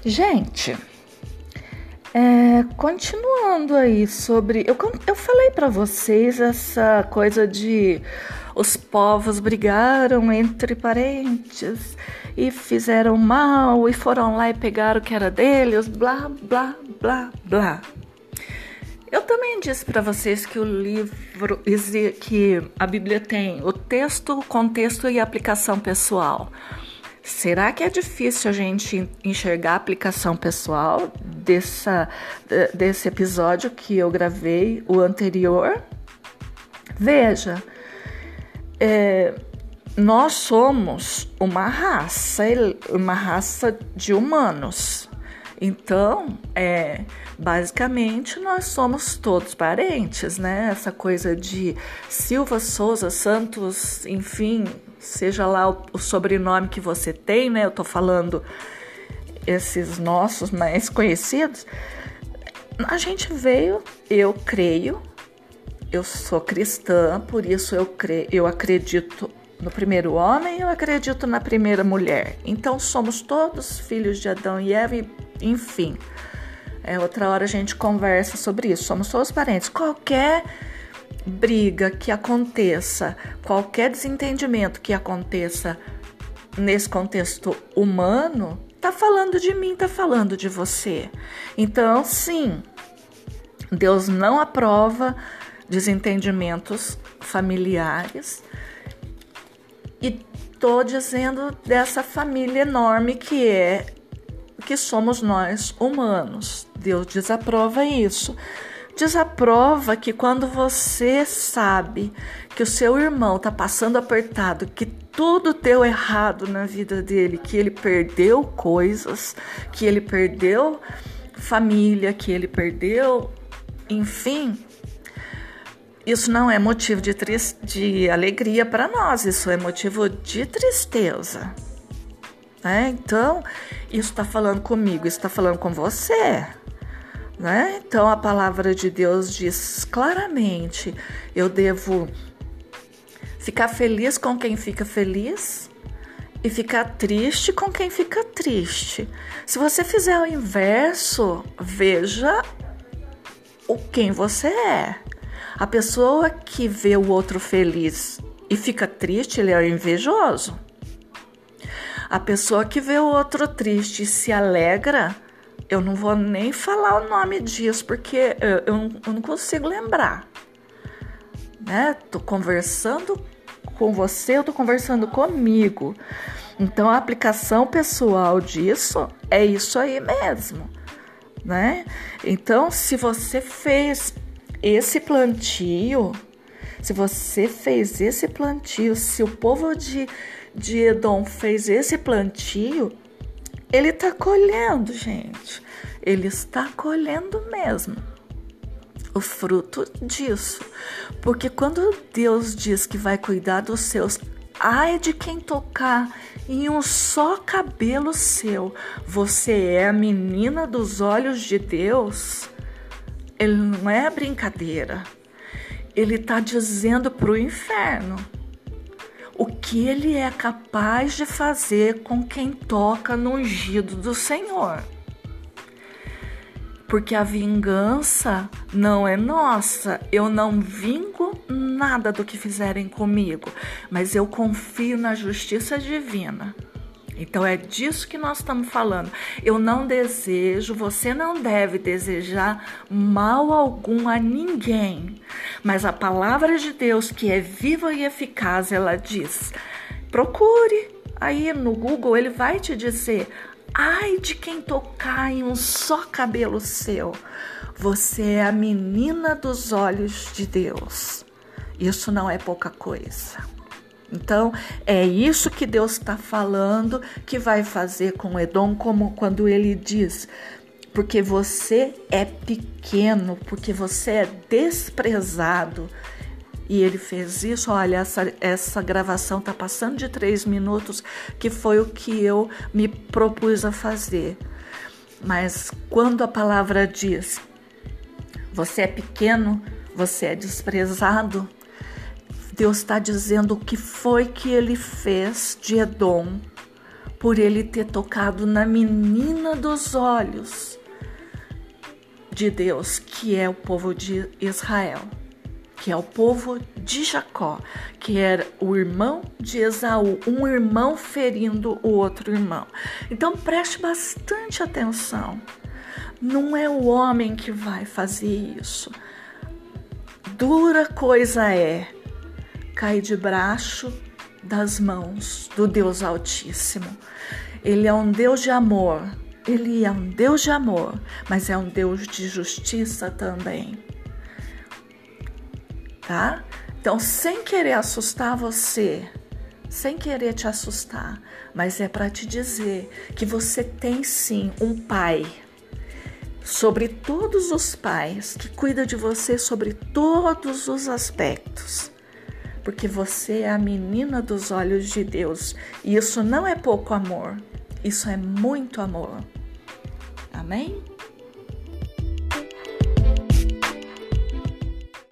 Gente, continuando aí sobre... Eu falei para vocês essa coisa de os povos brigaram entre parentes e fizeram mal e foram lá e pegaram o que era deles, blá, blá, blá, blá. Eu também disse para vocês que o livro, que a Bíblia tem o texto, o contexto e a aplicação pessoal. Será que é difícil a gente enxergar a aplicação pessoal desse episódio que eu gravei, o anterior? Veja, nós somos uma raça de humanos. Então, basicamente, nós somos todos parentes, né? Essa coisa de Silva, Souza, Santos, enfim, seja lá o sobrenome que você tem, né? Eu tô falando esses nossos mais conhecidos. A gente veio, eu creio, eu sou cristã, por isso eu acredito no primeiro homem, eu acredito na primeira mulher. Então, somos todos filhos de Adão e Eva, enfim. Outra hora a gente conversa sobre isso. Somos todos parentes. Qualquer briga que aconteça, qualquer desentendimento que aconteça nesse contexto humano, tá falando de mim, tá falando de você. Então, sim, Deus não aprova desentendimentos familiares. E tô dizendo dessa família enorme que somos nós humanos. Deus desaprova isso. Desaprova que quando você sabe que o seu irmão está passando apertado, que tudo deu errado na vida dele, que ele perdeu coisas, que ele perdeu família, que ele perdeu, enfim, isso não é motivo de alegria para nós, isso é motivo de tristeza. Então, isso está falando comigo, isso está falando com você. Então, a palavra de Deus diz claramente, eu devo ficar feliz com quem fica feliz e ficar triste com quem fica triste. Se você fizer o inverso, veja quem você é. A pessoa que vê o outro feliz e fica triste, ele é invejoso. A pessoa que vê o outro triste e se alegra, eu não vou nem falar o nome disso, porque eu não consigo lembrar. Tô conversando com você, eu tô conversando comigo. Então, a aplicação pessoal disso é isso aí mesmo. Então, se você fez esse plantio, se o povo de Edom fez esse plantio, ele está colhendo, gente. Ele está colhendo mesmo o fruto disso. Porque quando Deus diz que vai cuidar dos seus, ai de quem tocar em um só cabelo seu, você é a menina dos olhos de Deus. Ele não é brincadeira. Ele está dizendo para o inferno o que ele é capaz de fazer com quem toca no ungido do Senhor. Porque a vingança não é nossa. Eu não vingo nada do que fizerem comigo, mas eu confio na justiça divina. Então é disso que nós estamos falando. Eu não desejo, você não deve desejar mal algum a ninguém. Mas a palavra de Deus, que é viva e eficaz, ela diz, procure aí no Google, ele vai te dizer, ai de quem tocar em um só cabelo seu, você é a menina dos olhos de Deus. Isso não é pouca coisa. Então, é isso que Deus está falando que vai fazer com Edom, como quando ele diz, porque você é pequeno, porque você é desprezado. E ele fez isso, olha, essa gravação está passando de 3 minutos, que foi o que eu me propus a fazer. Mas quando a palavra diz, você é pequeno, você é desprezado, Deus está dizendo o que foi que ele fez de Edom por ele ter tocado na menina dos olhos de Deus, que é o povo de Israel, que é o povo de Jacó, que era o irmão de Esaú, um irmão ferindo o outro irmão. Então preste bastante atenção. Não é o homem que vai fazer isso. Dura coisa é cair debaixo das mãos do Deus Altíssimo. Ele é um Deus de amor. Ele é um Deus de amor, mas é um Deus de justiça também. Tá? Então, sem querer assustar você, sem querer te assustar, mas é para te dizer que você tem sim um pai sobre todos os pais, que cuida de você sobre todos os aspectos, porque você é a menina dos olhos de Deus, e isso não é pouco amor, isso é muito amor. Amém?